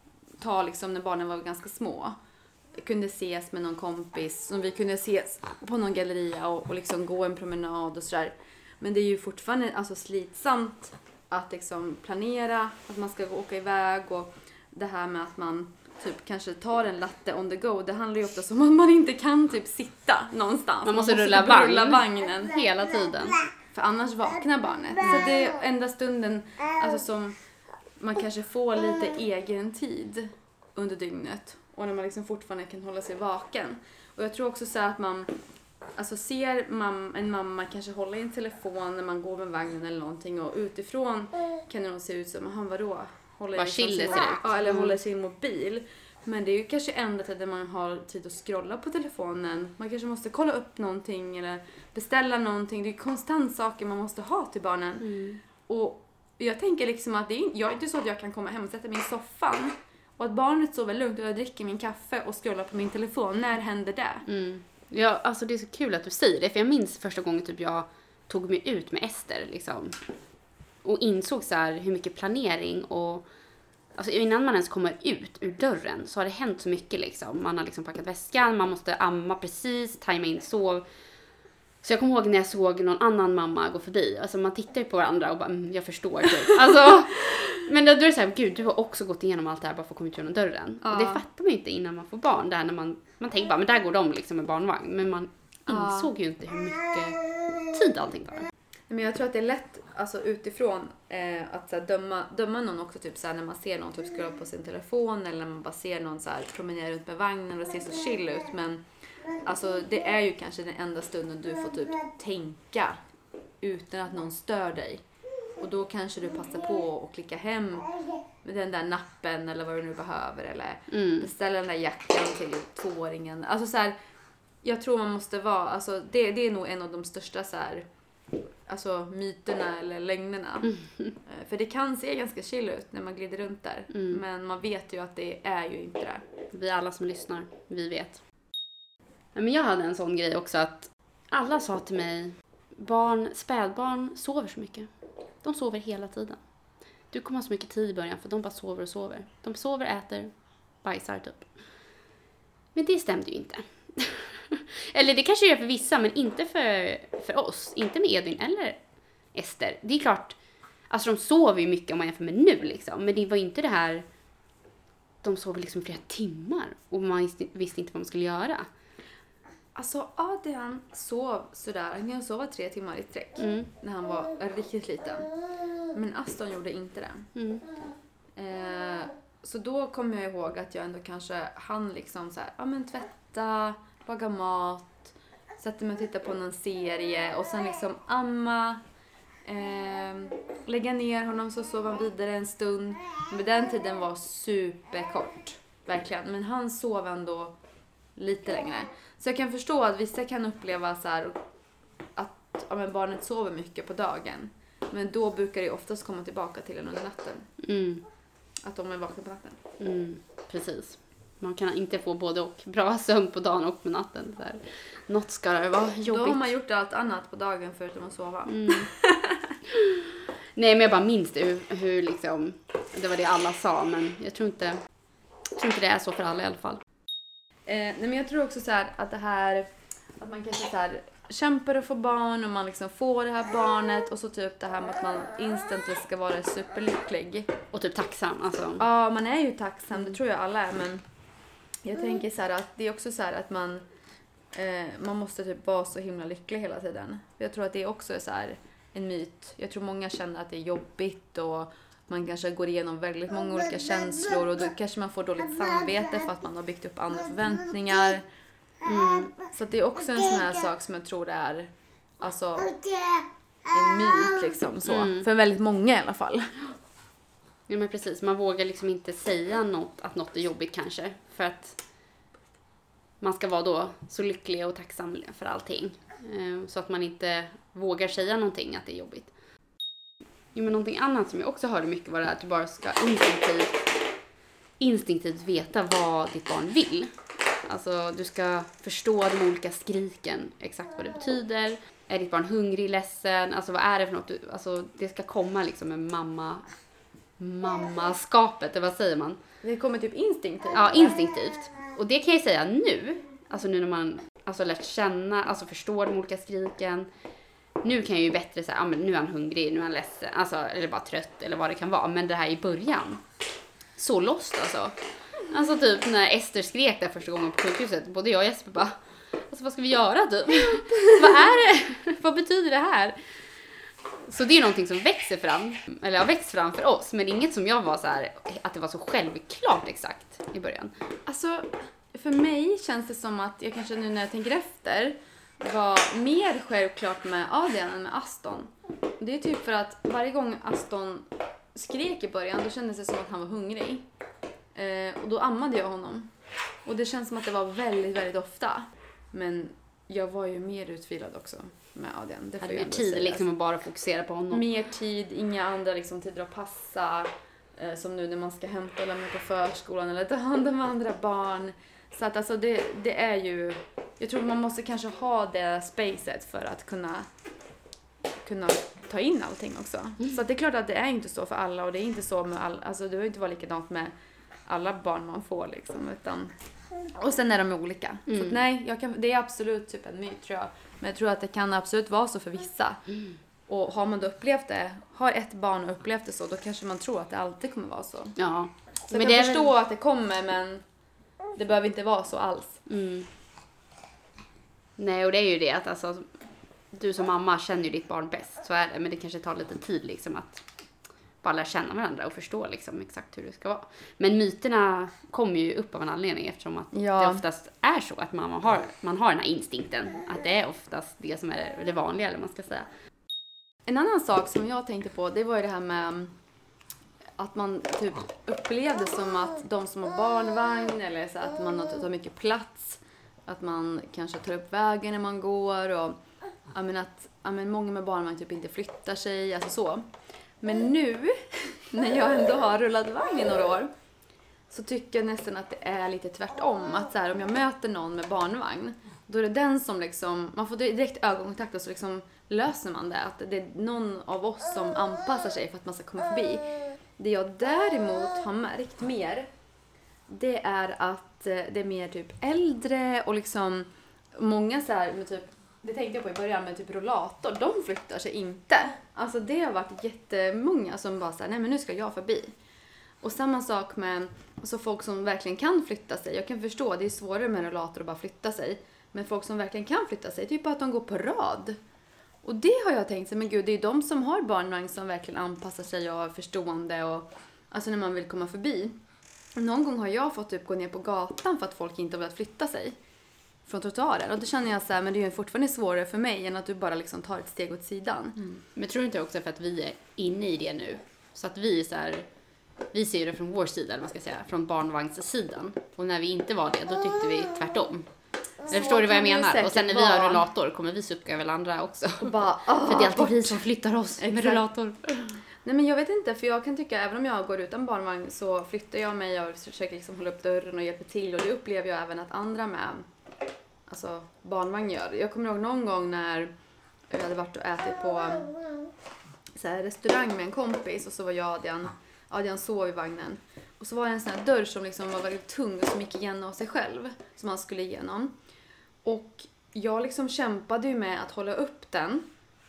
[SPEAKER 1] ta liksom när barnen var ganska små. Kunde ses med någon kompis, som vi kunde ses på någon galleria och, och liksom gå en promenad och sådär. Men det är ju fortfarande alltså slitsamt att liksom planera att man ska åka iväg och det här med att man typ kanske tar en latte on the go. Det handlar ju ofta om att man inte kan typ sitta någonstans.
[SPEAKER 2] Man måste, man måste rulla,
[SPEAKER 1] vagn,
[SPEAKER 2] rulla
[SPEAKER 1] vagnen
[SPEAKER 2] hela tiden.
[SPEAKER 1] För annars vaknar barnet. Så det är enda stunden alltså som man kanske får lite egen tid under dygnet. Och när man liksom fortfarande kan hålla sig vaken. Och jag tror också så att man alltså ser mam- en mamma kanske hålla i en telefon när man går med vagnen eller någonting. Och utifrån kan det nog se ut som, han vadå? Håller
[SPEAKER 2] Bara
[SPEAKER 1] liksom
[SPEAKER 2] chiller
[SPEAKER 1] sin,
[SPEAKER 2] ser ut.
[SPEAKER 1] Ja, eller mm. håller sin mobil. Men det är ju kanske enda tiden man har tid att scrolla på telefonen. Man kanske måste kolla upp någonting eller beställa någonting. Det är konstant saker man måste ha till barnen.
[SPEAKER 2] Mm.
[SPEAKER 1] Och jag tänker liksom att det är, jag, det är så att jag kan komma hem och sätta mig i soffan. Och att barnet sover lugnt och jag dricker min kaffe och scrollar på min telefon. När händer det?
[SPEAKER 2] Mm. Ja, alltså det är så kul att du säger det. För jag minns första gången typ jag tog mig ut med Ester liksom. Och insåg så här hur mycket planering och alltså innan man ens kommer ut ur dörren så har det hänt så mycket liksom. Man har liksom packat väskan, man måste amma precis, tajma in sov. Så jag kommer ihåg när jag såg någon annan mamma gå förbi. Alltså man tittar ju på varandra och bara, mm, jag förstår typ. Alltså, men då är det så här, gud du har också gått igenom allt det här bara för att komma ut genom dörren. Ja. Och det fattar man ju inte innan man får barn. Där när man, man tänker bara, men där går de liksom med barnvagn. Men man ja. insåg ju inte hur mycket tid allting tar.
[SPEAKER 1] Men jag tror att det är lätt alltså, utifrån eh, att så här, döma, döma någon också typ, så här, när man ser någon typ, scrolla på sin telefon eller man bara ser någon så här, promenera runt med vagnen och det ser så chill ut. Men alltså, det är ju kanske den enda stunden du får typ tänka utan att någon stör dig. Och då kanske du passar på att klicka hem med den där nappen eller vad du nu behöver. Eller
[SPEAKER 2] mm.
[SPEAKER 1] beställa den där jackan till tvååringen. Alltså så här, jag tror man måste vara, alltså det, det är nog en av de största så här, alltså myterna eller lögnerna. Mm. För det kan se ganska chill ut när man glider runt där. Mm. Men man vet ju att det är ju inte det.
[SPEAKER 2] Vi alla som lyssnar, vi vet. Men jag hade en sån grej också att alla sa till mig, barn, spädbarn sover så mycket. De sover hela tiden. Du kommer ha så mycket tid i början för de bara sover och sover. De sover, äter, bajsar typ. Men det stämde ju inte. Eller det kanske gör för vissa, men inte för, för oss. Inte med Edvin eller Ester. Det är klart, alltså de sover ju mycket om man jämför med nu liksom. Men det var inte det här, de sover liksom flera timmar. Och man visste inte vad man skulle göra.
[SPEAKER 1] Alltså Adrian sov sådär, han kunde sova tre timmar i sträck
[SPEAKER 2] mm.
[SPEAKER 1] när han var riktigt liten. Men Aston gjorde inte det.
[SPEAKER 2] Mm.
[SPEAKER 1] Eh, så då kommer jag ihåg att jag ändå kanske hann liksom så här, ja men tvätta, laga mat, sätta mig och titta på någon serie och sen liksom amma, eh, lägga ner honom så sov han vidare en stund. Men den tiden var superkort, verkligen. Men han sov ändå lite längre. Så jag kan förstå att vissa kan uppleva så här att ja, men barnet sover mycket på dagen. Men då brukar det oftast komma tillbaka till en under natten.
[SPEAKER 2] Mm.
[SPEAKER 1] Att de är vakna på natten.
[SPEAKER 2] Mm, precis. Man kan inte få både och bra sömn på dagen och på natten. Så här. Något ska det vara jobbigt.
[SPEAKER 1] Då har man gjort allt annat på dagen förutom att sova.
[SPEAKER 2] Mm. Nej, men jag bara minns det, hur, hur liksom, det var det alla sa, men jag tror inte, jag tror inte det är så för alla i alla fall.
[SPEAKER 1] Eh, nej, men jag tror också så här att det här, att man kanske så här kämpar och får barn och man liksom får det här barnet och så typ det här med att man instantly ska vara superlycklig.
[SPEAKER 2] Och typ tacksam, alltså.
[SPEAKER 1] Ja, man är ju tacksam, det tror jag alla är, men jag tänker så här att det är också så här att man eh, man måste typ vara så himla lycklig hela tiden. Jag tror att det också är så här en myt. Jag tror många känner att det är jobbigt och man kanske går igenom väldigt många olika känslor och då kanske man får dåligt samvete för att man har byggt upp andra förväntningar. Mm. Så att det är också en sån här sak som jag tror är alltså en myt liksom så. Mm. För väldigt många i alla fall.
[SPEAKER 2] Ja, men precis. Man vågar liksom inte säga något, att något är jobbigt kanske. För att man ska vara då så lycklig och tacksam för allting. Så att man inte vågar säga någonting att det är jobbigt. Jo, men någonting annat som jag också hörde mycket var det att du bara ska instinktivt, instinktivt veta vad ditt barn vill. Alltså du ska förstå de olika skriken, exakt vad det betyder. Är ditt barn hungrig, ledsen? Alltså vad är det för något? Du, alltså det ska komma liksom med mamma, mammaskapet, eller vad säger man?
[SPEAKER 1] Det kommer typ instinktivt.
[SPEAKER 2] Ja, instinktivt. Och det kan jag säga nu, alltså nu när man alltså lärt känna, alltså förstår de olika skriken. Nu kan jag ju bättre säga, ja men nu är han hungrig, nu är han ledsen, alltså, eller bara trött eller vad det kan vara. Men det här i början, så lost alltså. Alltså typ när Ester skrek där första gången på sjukhuset, både jag och Jesper bara, alltså vad ska vi göra typ? Vad är det? Vad betyder det här? Så det är någonting som växer fram, eller har växt fram för oss, men inget som jag var så här, att det var så självklart exakt i början.
[SPEAKER 1] Alltså, för mig känns det som att jag kanske nu när jag tänker efter var mer självklart med Adrian än med Aston. Det är typ för att varje gång Aston skrek i början, då kändes det som att han var hungrig. Eh, och då ammade jag honom. Och det känns som att det var väldigt, väldigt ofta. Men jag var ju mer utvilad också med Adrian. Det får
[SPEAKER 2] hade
[SPEAKER 1] jag
[SPEAKER 2] mer tid
[SPEAKER 1] säga.
[SPEAKER 2] liksom att bara fokusera på honom.
[SPEAKER 1] Mer tid, inga andra liksom tider att passa. Eh, som nu när man ska hämta eller på förskolan eller ta hand om andra barn. Så att alltså det, det är ju, jag tror man måste kanske ha det spacet för att kunna, kunna ta in allting också. Mm. Så att det är klart att det är inte så för alla och det är inte så med alla, alltså det behöver inte vara likadant med alla barn man får liksom, utan, och sen är de olika. Mm. Så att nej, jag kan, det är absolut typ en myt tror jag, men jag tror att det kan absolut vara så för vissa. Mm. Och har man då upplevt det, har ett barn och upplevt det så, då kanske man tror att det alltid kommer vara så.
[SPEAKER 2] Ja.
[SPEAKER 1] Så jag kan det förstå väl att det kommer, men det behöver inte vara så alls.
[SPEAKER 2] Mm. Nej, och det är ju det att alltså, du som mamma känner ju ditt barn bäst, så är det. Men det kanske tar lite tid liksom att bara lära känna varandra och förstå liksom exakt hur det ska vara. Men myterna kommer ju upp av en anledning eftersom att ja. det oftast är så att mamma har, man har den här instinkten. Att det är oftast det som är det vanliga, eller man ska säga.
[SPEAKER 1] En annan sak som jag tänkte på, det var ju det här med att man typ upplevde som att de som har barnvagn eller så att man tar mycket plats, att man kanske tar upp vägen när man går och jag menar att jag menar, många med barnvagn typ inte flyttar sig, alltså så. Men nu när jag ändå har rullat vagn i några år så tycker jag nästan att det är lite tvärtom, att så här, om jag möter någon med barnvagn, då är det den som liksom, man får direkt ögonkontakt och så liksom löser man det, att det är någon av oss som anpassar sig för att man ska komma förbi. Det jag däremot har märkt mer, det är att det är mer typ äldre och liksom många så här med typ, det tänkte jag på i början med typ rollator, de flyttar sig inte. Alltså det har varit jättemånga som bara säger nej men nu ska jag förbi. Och samma sak med alltså folk som verkligen kan flytta sig. Jag kan förstå, det är svårare med rollator att bara flytta sig. Men folk som verkligen kan flytta sig, typ att de går på rad. Och det har jag tänkt sig, men gud, det är de som har barnvagn som verkligen anpassar sig och är förstående och alltså när man vill komma förbi. Någon gång har jag fått typ gå ner på gatan för att folk inte har velat flytta sig från trottoaren. Och då känner jag så här, men det är ju fortfarande svårare för mig än att du bara liksom tar ett steg åt sidan.
[SPEAKER 2] Mm. Men tror du inte också för att vi är inne i det nu? Så att vi är så här, vi ser det från vår sida, eller man ska säga, från barnvagnssidan. Och när vi inte var det, då tyckte vi tvärtom. Jag förstår du vad jag menar? Och sen när vi har rullator kommer vi sucka väl andra också.
[SPEAKER 1] Och bara,
[SPEAKER 2] för det är alltid vi som flyttar oss med rullator.
[SPEAKER 1] Nej, men jag vet inte, för jag kan tycka, även om jag går utan barnvagn så flyttar jag mig och försöker liksom hålla upp dörren och hjälpa till. Och det upplever jag även att andra med alltså barnvagn gör. Jag kommer ihåg någon gång när jag hade varit och ätit på så här, restaurang med en kompis och så var jag Adrian, Adrian sov i vagnen. Och så var det en sån här dörr som liksom var väldigt tung och som gick igenom av sig själv som han skulle igenom. Och jag liksom kämpade ju med att hålla upp den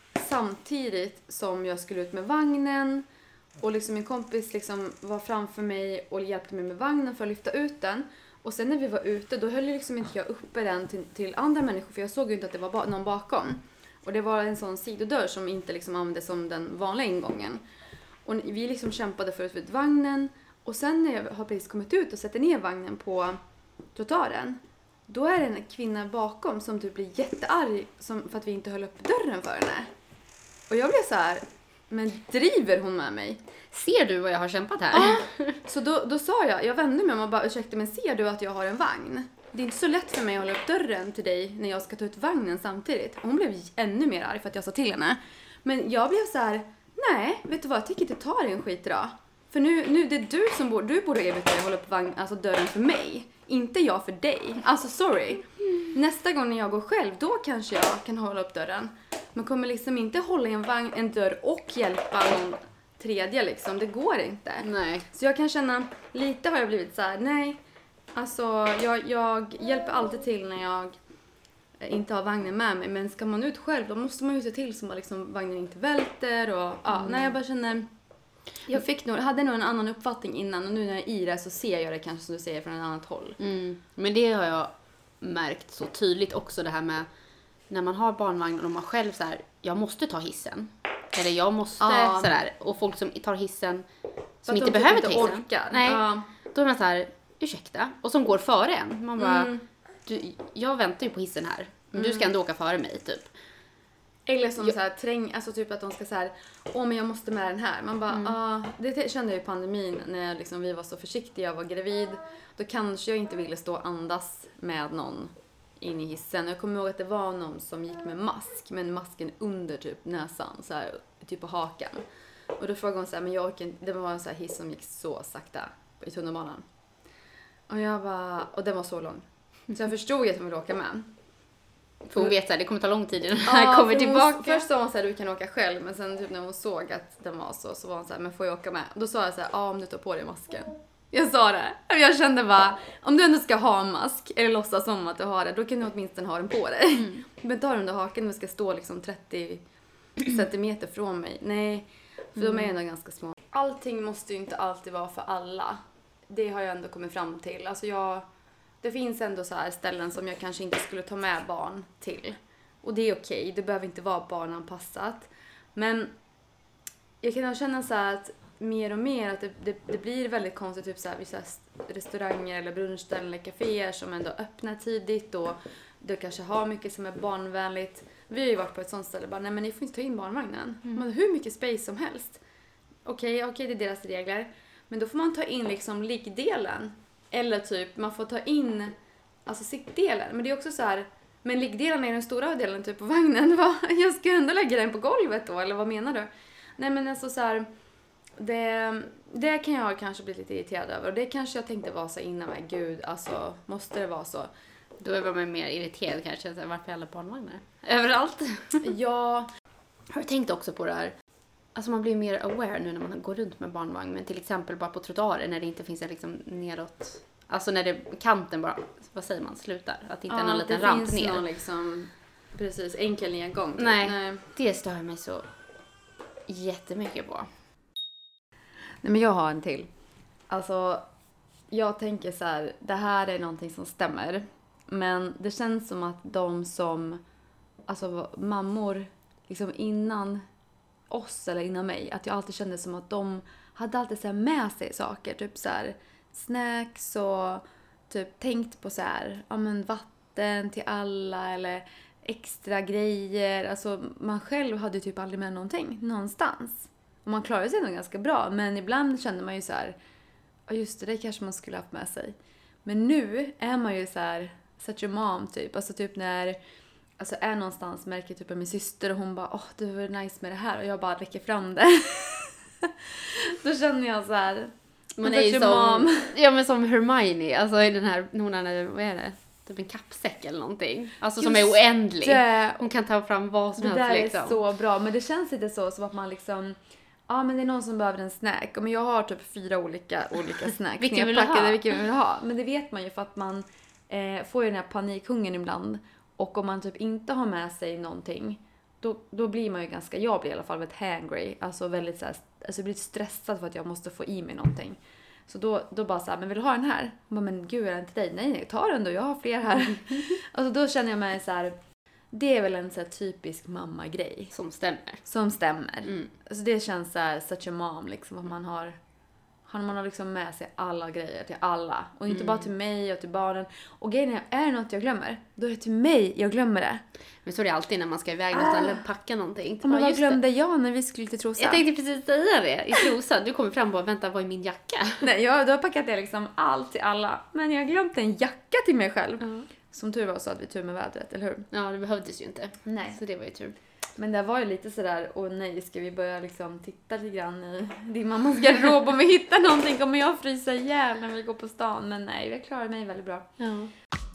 [SPEAKER 1] samtidigt som jag skulle ut med vagnen. Och liksom min kompis liksom var framför mig och hjälpte mig med vagnen för att lyfta ut den. Och sen när vi var ute, då höll liksom inte jag uppe den till, till andra människor. För jag såg ju inte att det var ba- någon bakom. Och det var en sån sidodörr som inte liksom användes som den vanliga ingången. Och vi liksom kämpade för att ut vagnen. Och sen när jag har precis kommit ut och sätter ner vagnen på trottoaren, då är det en kvinna bakom som typ blir jättearg som, för att vi inte höll upp dörren för henne. Och jag blev så här, men driver hon med mig?
[SPEAKER 2] Ser du vad jag har kämpat här?
[SPEAKER 1] Ja. Så då, då sa jag, jag vände mig om och bara, ursäkta, men ser du att jag har en vagn? Det är inte så lätt för mig att hålla upp dörren till dig när jag ska ta ut vagnen samtidigt. Och hon blev ännu mer arg för att jag sa till henne. Men jag blev så här, nej, vet du vad, jag tycker inte ta dig en skit idag. För nu, nu det är du som borde, du borde erbjuda dig att hålla upp vagn, alltså dörren för mig. Inte jag för dig. Alltså sorry. Nästa gång när jag går själv, då kanske jag kan hålla upp dörren. Man kommer liksom inte hålla i en vagn, en dörr och hjälpa någon tredje liksom. Det går inte.
[SPEAKER 2] Nej.
[SPEAKER 1] Så jag kan känna, lite har jag blivit så här, nej. Alltså jag, jag hjälper alltid till när jag inte har vagnen med mig. Men ska man ut själv, då måste man ju se till så att liksom vagnen inte välter. Och ja, mm. nej, jag bara känner, jag fick nog, hade nog en annan uppfattning innan. Och nu när jag är i det så ser jag det kanske som du säger från ett annat håll.
[SPEAKER 2] Mm. Men det har jag märkt så tydligt också, det här med när man har barnvagn och man själv så här, jag måste ta hissen. Eller jag måste
[SPEAKER 1] ja.
[SPEAKER 2] sådär. Och folk som tar hissen, som
[SPEAKER 1] att
[SPEAKER 2] inte
[SPEAKER 1] de
[SPEAKER 2] behöver
[SPEAKER 1] inte
[SPEAKER 2] ta hissen.
[SPEAKER 1] Orkar.
[SPEAKER 2] Nej,
[SPEAKER 1] ja.
[SPEAKER 2] Då är man så här, ursäkta. Och som går före en. Man bara,
[SPEAKER 1] Mm.
[SPEAKER 2] du, jag väntar ju på hissen här. Men
[SPEAKER 1] Mm.
[SPEAKER 2] du ska ändå åka före mig typ.
[SPEAKER 1] Eller som
[SPEAKER 2] jag...
[SPEAKER 1] så här, träng, alltså typ att de ska så här, åh men jag måste med den här. Man bara, ja, mm. ah, det kände jag i pandemin när liksom vi var så försiktiga, jag var gravid. Då kanske jag inte ville stå och andas med någon in i hissen. Jag kommer ihåg att det var någon som gick med mask, men masken under typ näsan, så här, typ på hakan. Och då frågade hon så här, men jag orkar inte, det var en så här hiss som gick så sakta i tunnelbanan. Och jag bara, och den var så lång. Så jag förstod att hon ville åka med.
[SPEAKER 2] För hon vet att det kommer ta lång tid innan den här
[SPEAKER 1] ja,
[SPEAKER 2] kommer tillbaka.
[SPEAKER 1] Hon, först sa hon så här, du kan åka själv. Men sen typ när hon såg att den var så, så var hon så här, men får jag åka med? Och då sa jag så här, ja om du tar på dig masken. Jag sa det. Jag kände bara, om du ändå ska ha mask, eller låtsas som att du har det, då kan du åtminstone ha den på dig. Mm. Men ta den under haken och ska stå liksom trettio centimeter från mig. Nej, för mm. de är ändå ganska små. Allting måste ju inte alltid vara för alla. Det har jag ändå kommit fram till. Alltså jag... Det finns ändå så här ställen som jag kanske inte skulle ta med barn till. Och det är okej, det behöver inte vara barnanpassat. Men jag kan känna så här att mer och mer att det, det, det blir väldigt konstigt. Typ så här, vissa restauranger eller brunchställen eller kaféer som ändå öppnar tidigt. Och du kanske har mycket som är barnvänligt. Vi har ju varit på ett sånt ställe. Bara, nej men ni får inte ta in barnvagnen. Mm. Man har hur mycket space som helst. Okej, okej det är deras regler. Men då får man ta in liksom liggdelen. Eller typ, man får ta in alltså sittdelen. Men det är också så här, men liggdelen är den stora delen typ på vagnen. Va? Jag ska ändå lägga den på golvet då, eller vad menar du? Nej men alltså så här, det, det kan jag kanske bli lite irriterad över. Och det kanske jag tänkte vara så innan, men gud, alltså måste det vara så?
[SPEAKER 2] Då är man mer irriterad kanske, så här, varför alla barnvagnar? Överallt.
[SPEAKER 1] Ja.
[SPEAKER 2] Har du tänkt också på det här? Alltså man blir mer aware nu när man går runt med barnvagn. Men till exempel bara på trottoarer när det inte finns en liksom nedåt. Alltså när det, kanten bara, vad säger man, slutar. Att det inte ja, är någon liten ramp ner. Ja, det finns någon liksom, precis, enkel nedgång. Typ. Nej, Nej, det stör mig så jättemycket på.
[SPEAKER 1] Nej men jag har en till. Alltså, jag tänker så här, det här är någonting som stämmer. Men det känns som att de som, alltså mammor, liksom innan oss eller innan mig, att jag alltid kände som att de hade alltid så här med sig saker, typ så här snacks och typ tänkt på så här, ja men vatten till alla eller extra grejer. Alltså man själv hade typ aldrig med någonting någonstans. Och man klarade sig nog ganska bra, men ibland kände man ju så här, ja just det, det kanske man skulle haft med sig. Men nu är man ju så här, such a mom typ. Alltså typ när, alltså är någonstans, märker typ av min syster och hon bara, åh oh, det var nice med det här. Och jag bara räcker fram det. Då känner jag så här,
[SPEAKER 2] man är ju som, ja men som Hermione, alltså i den här, hon är, vad är det? Typ en kappsäck eller någonting. Alltså just som är oändlig. Det. Hon kan ta fram vad som
[SPEAKER 1] det
[SPEAKER 2] helst
[SPEAKER 1] där
[SPEAKER 2] liksom.
[SPEAKER 1] är så bra, men det känns lite så som att man liksom, ja men det är någon som behöver en snack. Men jag har typ fyra olika, olika snacks.
[SPEAKER 2] Vilken vill du ha?
[SPEAKER 1] Vilken vill du ha? Men det vet man ju för att man eh, får ju den här panikhungern ibland. Och om man typ inte har med sig någonting, då, då blir man ju ganska, jag blir i alla fall väldigt hangry. Alltså väldigt så här, alltså jag blir stressad för att jag måste få i mig någonting. Så då, då bara så här, men vill du ha den här? Bara, men gud, är den till dig? Nej, nej, ta den då, jag har fler här. Alltså då känner jag mig så här, det är väl en så här typisk mamma-grej.
[SPEAKER 2] Som stämmer.
[SPEAKER 1] Som stämmer.
[SPEAKER 2] Mm.
[SPEAKER 1] Alltså det känns så här, such a mom, liksom, att man har, man har liksom med sig alla grejer till alla. Och inte mm. bara till mig och till barnen. Och grejen är, är det något jag glömmer, då är det till mig jag glömmer det.
[SPEAKER 2] Men så är det alltid när man ska iväg någonstans ah. eller packa någonting.
[SPEAKER 1] Men vad glömde det. jag när vi skulle till Trosa?
[SPEAKER 2] Jag tänkte precis säga det, i Trosa. Du kommer fram och bara, vänta, vad är min jacka?
[SPEAKER 1] Nej, jag, då har packat det liksom allt till alla. Men jag glömde en jacka till mig själv. Mm. Som tur var så hade vi tur med vädret, eller hur?
[SPEAKER 2] Ja, det behövdes ju inte.
[SPEAKER 1] Nej.
[SPEAKER 2] Så det var ju tur.
[SPEAKER 1] Men det var ju lite sådär, åh nej, ska vi börja liksom titta lite grann i din mammas garderob om vi hittar någonting, kommer jag frysa ihjäl när vi går på stan. Men nej, jag klarar mig väldigt bra.
[SPEAKER 2] Ja.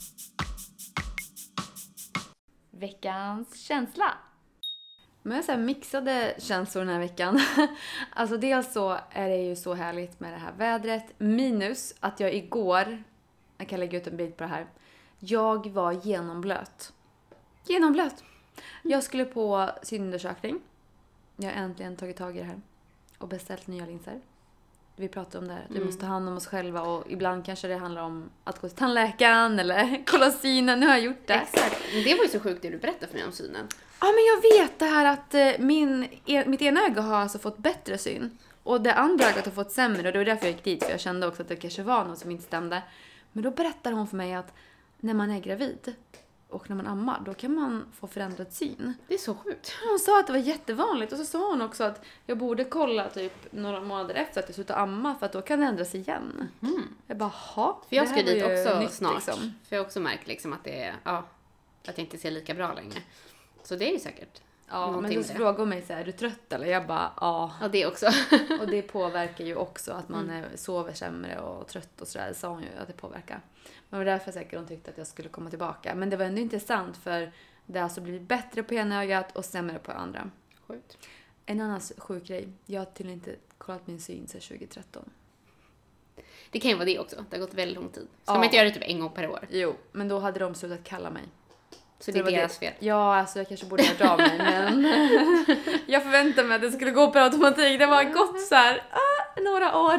[SPEAKER 1] Veckans känsla. Men jag har så här mixade känslor den här veckan. Alltså dels så är det ju så härligt med det här vädret. Minus att jag igår, jag kan lägga ut en bild på det här, jag var genomblöt. Genomblöt. Jag skulle på synundersökning. Jag har äntligen tagit tag i det här. Och beställt nya linser. Vi pratade om det här. Att vi mm. måste ta hand om oss själva. Och ibland kanske det handlar om att gå till tandläkaren. Eller kolla synen. Nu har jag gjort det.
[SPEAKER 2] Exakt. Det var ju så sjukt det du berättade för mig om synen.
[SPEAKER 1] Ja, men jag vet det här att min, mitt ena öga har alltså fått bättre syn. Och det andra ögat har fått sämre. Och det var därför jag gick dit. För jag kände också att det kanske var något som inte stämde. Men då berättade hon för mig att när man är gravid och när man ammar, då kan man få förändrad syn.
[SPEAKER 2] Det är så sjukt.
[SPEAKER 1] Hon sa att det var jättevanligt. Och så sa hon också att jag borde kolla typ några månader efter att jag slutar amma, för att då kan det ändras igen.
[SPEAKER 2] Mm.
[SPEAKER 1] Jag bara, ha.
[SPEAKER 2] För jag ska dit också
[SPEAKER 1] nytt,
[SPEAKER 2] snart.
[SPEAKER 1] Liksom.
[SPEAKER 2] För jag har också märkt liksom att det är, ja, att jag inte ser lika bra längre. Så det är ju säkert.
[SPEAKER 1] Ja, men då frågade hon mig så här, är du trött eller? Jag bara, ja.
[SPEAKER 2] Ja, det också.
[SPEAKER 1] Och det påverkar ju också att man mm. sover sämre och trött och sådär. Sa hon ju att det påverkar. Men det var därför säkert hon tyckte att jag skulle komma tillbaka. Men det var ändå intressant, för det har alltså blivit bättre på ena ögat och sämre på andra.
[SPEAKER 2] Sjukt.
[SPEAKER 1] En annan sjuk grej. Jag har till inte kollat min syn sedan tjugo tretton.
[SPEAKER 2] Det kan ju vara det också. Det har gått väldigt lång tid. Ska
[SPEAKER 1] ja.
[SPEAKER 2] man inte göra det typ en gång per år?
[SPEAKER 1] Jo, men då hade de slutat kalla mig.
[SPEAKER 2] Så, så det är det deras fel?
[SPEAKER 1] Ja, alltså jag kanske borde ha hört av mig, men jag förväntade mig att det skulle gå per automatik. Det var gått så här ah, några år.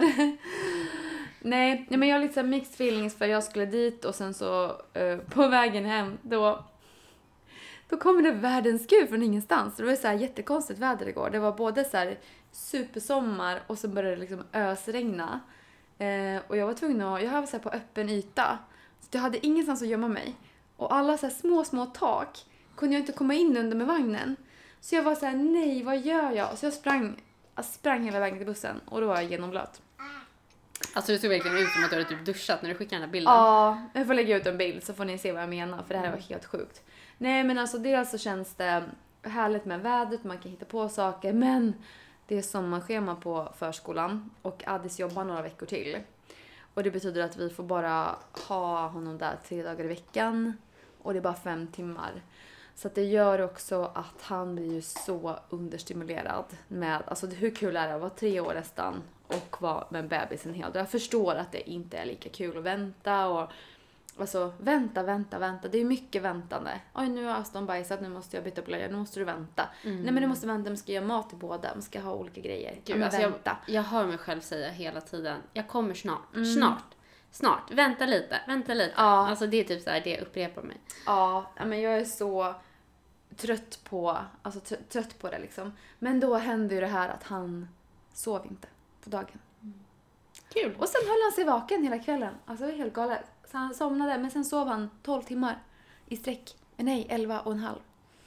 [SPEAKER 1] Nej, men jag har lite så här mixed feelings, för jag skulle dit och sen så uh, på vägen hem då då kommer det världens gud från ingenstans. Det var så här jättekonstigt väder igår. Det var både så här supersommar och så började det liksom ösregna. Uh, och jag var tvungen att, jag var så här på öppen yta. Så jag hade ingenstans att gömma mig. Och alla så här små, små tak kunde jag inte komma in under med vagnen. Så jag var så här, nej, vad gör jag? Så jag sprang, jag sprang hela vägen till bussen och då var jag genomblöt.
[SPEAKER 2] Alltså det såg verkligen ut som att du hade typ duschat när du skickade den här bilden.
[SPEAKER 1] Ja, jag får lägga ut en bild så får ni se vad jag menar, för det här var helt sjukt. Nej, men alltså dels så känns det härligt med vädret, man kan hitta på saker, men det är sommarschema på förskolan och Addis jobbar några veckor till. Och det betyder att vi får bara ha honom där tre dagar i veckan. Och det är bara fem timmar. Så att det gör också att han blir ju så understimulerad med, alltså hur kul är det att vara tre år nästan och vara med en bebis en hel dag. Jag förstår att det inte är lika kul att vänta och alltså vänta, vänta, vänta. Det är mycket väntande. Oj, nu har Aston bajsat, nu måste jag byta blöja, nu måste du vänta. Mm. Nej, men du måste vänta, man ska göra mat till båda, man ska ha olika grejer.
[SPEAKER 2] Gud,
[SPEAKER 1] ja,
[SPEAKER 2] alltså
[SPEAKER 1] vänta.
[SPEAKER 2] Jag, jag hör mig själv säga hela tiden, jag kommer snart,
[SPEAKER 1] Mm.
[SPEAKER 2] snart. Snart, vänta lite, vänta lite.
[SPEAKER 1] Ja.
[SPEAKER 2] Alltså det är typ så här, det upprepar mig.
[SPEAKER 1] Ja, men jag är så trött på, alltså trött, trött på det liksom. Men då hände ju det här att han sov inte på dagen. Mm.
[SPEAKER 2] Kul.
[SPEAKER 1] Och sen höll han sig vaken hela kvällen. Alltså det var helt galet. Så han somnade, men sen sov han tolv timmar i sträck. Nej, elva och en halv.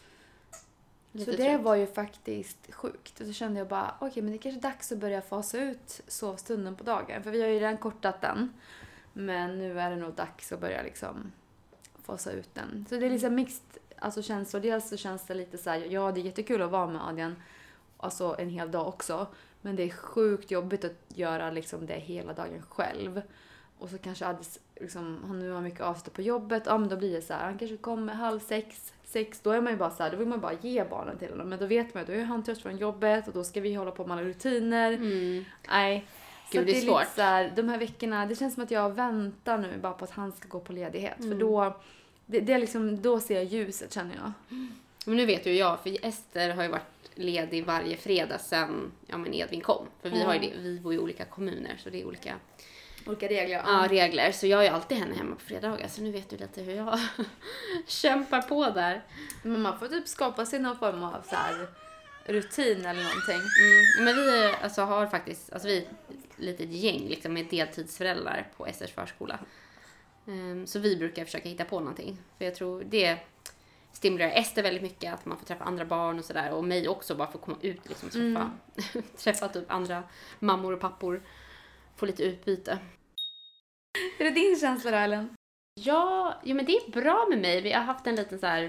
[SPEAKER 2] Lite
[SPEAKER 1] så det
[SPEAKER 2] trött.
[SPEAKER 1] var ju faktiskt sjukt. Och så kände jag bara, okej, okay, men det är kanske är dags att börja fasa ut sovstunden på dagen. För vi har ju redan kortat den. Men nu är det nog dags att börja liksom fasa ut den. Så det är liksom mixed alltså känslor. Dels så känns det lite så här, ja det är jättekul att vara med Adrian. Alltså en hel dag också. Men det är sjukt jobbigt att göra liksom det hela dagen själv. Och så kanske Adis, liksom, han nu har mycket avstånd på jobbet. Ja men då blir det så här, han kanske kommer halv sex, sex. Då är man ju bara så här, då vill man bara ge barnen till honom. Men då vet man ju, då är han trött från jobbet. Och då ska vi hålla på med alla rutiner.
[SPEAKER 2] Mm.
[SPEAKER 1] Nej. Så
[SPEAKER 2] Gud, det är,
[SPEAKER 1] det är
[SPEAKER 2] svårt.
[SPEAKER 1] lite så här, de här veckorna, det känns som att jag väntar nu bara på att han ska gå på ledighet.
[SPEAKER 2] Mm.
[SPEAKER 1] För då, det, det är liksom, då ser jag ljuset känner jag.
[SPEAKER 2] Men nu vet ju jag, för Ester har ju varit ledig varje fredag sen ja, men Edvin kom. För vi,
[SPEAKER 1] Mm.
[SPEAKER 2] har ju det, vi bor i olika kommuner så det är olika
[SPEAKER 1] Olika regler.
[SPEAKER 2] ja, regler. Så jag är ju alltid henne hemma på fredagar. Så nu vet du lite hur jag kämpar på där.
[SPEAKER 1] Men man får typ skapa sig någon form av så här rutin eller någonting.
[SPEAKER 2] Mm. Men vi alltså, har faktiskt, alltså vi är ett litet gäng liksom, med deltidsföräldrar på Esters förskola. Um, så vi brukar försöka hitta på någonting. För jag tror det stimulerar Ester väldigt mycket att man får träffa andra barn och sådär. Och mig också bara för att komma ut liksom, och träffa, mm. träffa typ andra mammor och pappor. Få lite utbyte.
[SPEAKER 1] Är det din känsla då, Ellen?
[SPEAKER 2] Ja, jo, men det är bra med mig. Vi har haft en liten så här.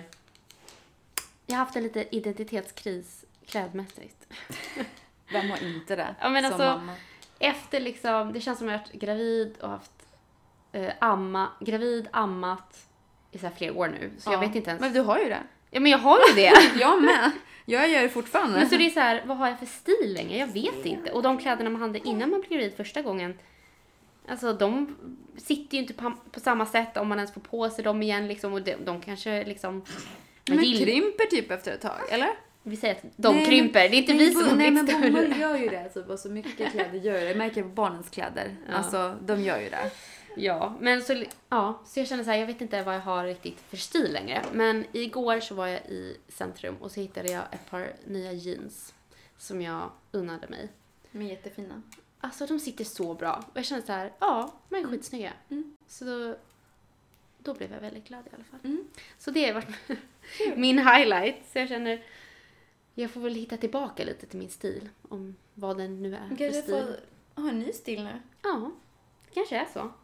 [SPEAKER 2] Jag har haft en liten identitetskris klädmässigt.
[SPEAKER 1] Vem har inte det?
[SPEAKER 2] Ja, men
[SPEAKER 1] som
[SPEAKER 2] alltså,
[SPEAKER 1] mamma?
[SPEAKER 2] efter liksom, det känns som att jag har varit gravid och haft eh, amma, gravid, ammat i så här flera år nu. Så
[SPEAKER 1] Ja.
[SPEAKER 2] jag vet inte ens.
[SPEAKER 1] Men du har ju det.
[SPEAKER 2] Ja, men jag har ju det.
[SPEAKER 1] Jag med. Jag gör det fortfarande.
[SPEAKER 2] Men så det är så här, vad har jag för stil längre? Jag vet inte. Och de kläderna man hade innan man blev gravid första gången, alltså de sitter ju inte på, på samma sätt om man ens får på sig dem igen liksom. Och de, de kanske liksom...
[SPEAKER 1] Men
[SPEAKER 2] gill-
[SPEAKER 1] krymper typ efter ett tag, eller?
[SPEAKER 2] Vi säger att de
[SPEAKER 1] Nej,
[SPEAKER 2] krymper.
[SPEAKER 1] men-
[SPEAKER 2] Det är inte
[SPEAKER 1] nej,
[SPEAKER 2] vi som
[SPEAKER 1] bo-
[SPEAKER 2] har
[SPEAKER 1] Nej, men
[SPEAKER 2] blivit
[SPEAKER 1] bomull
[SPEAKER 2] större.
[SPEAKER 1] gör ju det. Typ, och så mycket kläder gör det. Jag märker på barnens kläder.
[SPEAKER 2] Ja.
[SPEAKER 1] Alltså, de gör ju det.
[SPEAKER 2] Ja, men så, ja, så jag känner så här, jag vet inte vad jag har riktigt för stil längre. Men igår så var jag i Centrum och så hittade jag ett par nya jeans som jag unnade mig.
[SPEAKER 1] De är jättefina.
[SPEAKER 2] Alltså de sitter så bra. Och jag känner så här, ja, de är skitsnygga.
[SPEAKER 1] Mm.
[SPEAKER 2] Så då, då blev jag väldigt glad i alla fall.
[SPEAKER 1] Mm.
[SPEAKER 2] Så det har varit min highlight. Så jag känner, jag får väl hitta tillbaka lite till min stil. Om vad den nu är för
[SPEAKER 1] Kanske
[SPEAKER 2] stil.
[SPEAKER 1] får ha en ny stil nu.
[SPEAKER 2] Ja, det kanske är så.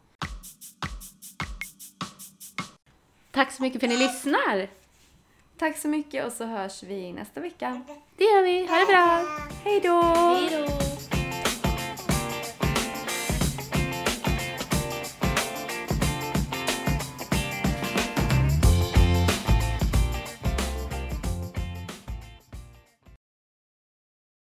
[SPEAKER 2] Tack så mycket för att ni lyssnar.
[SPEAKER 1] Tack så mycket och så hörs vi nästa vecka.
[SPEAKER 2] Det gör vi. Ha det bra.
[SPEAKER 1] Hej då!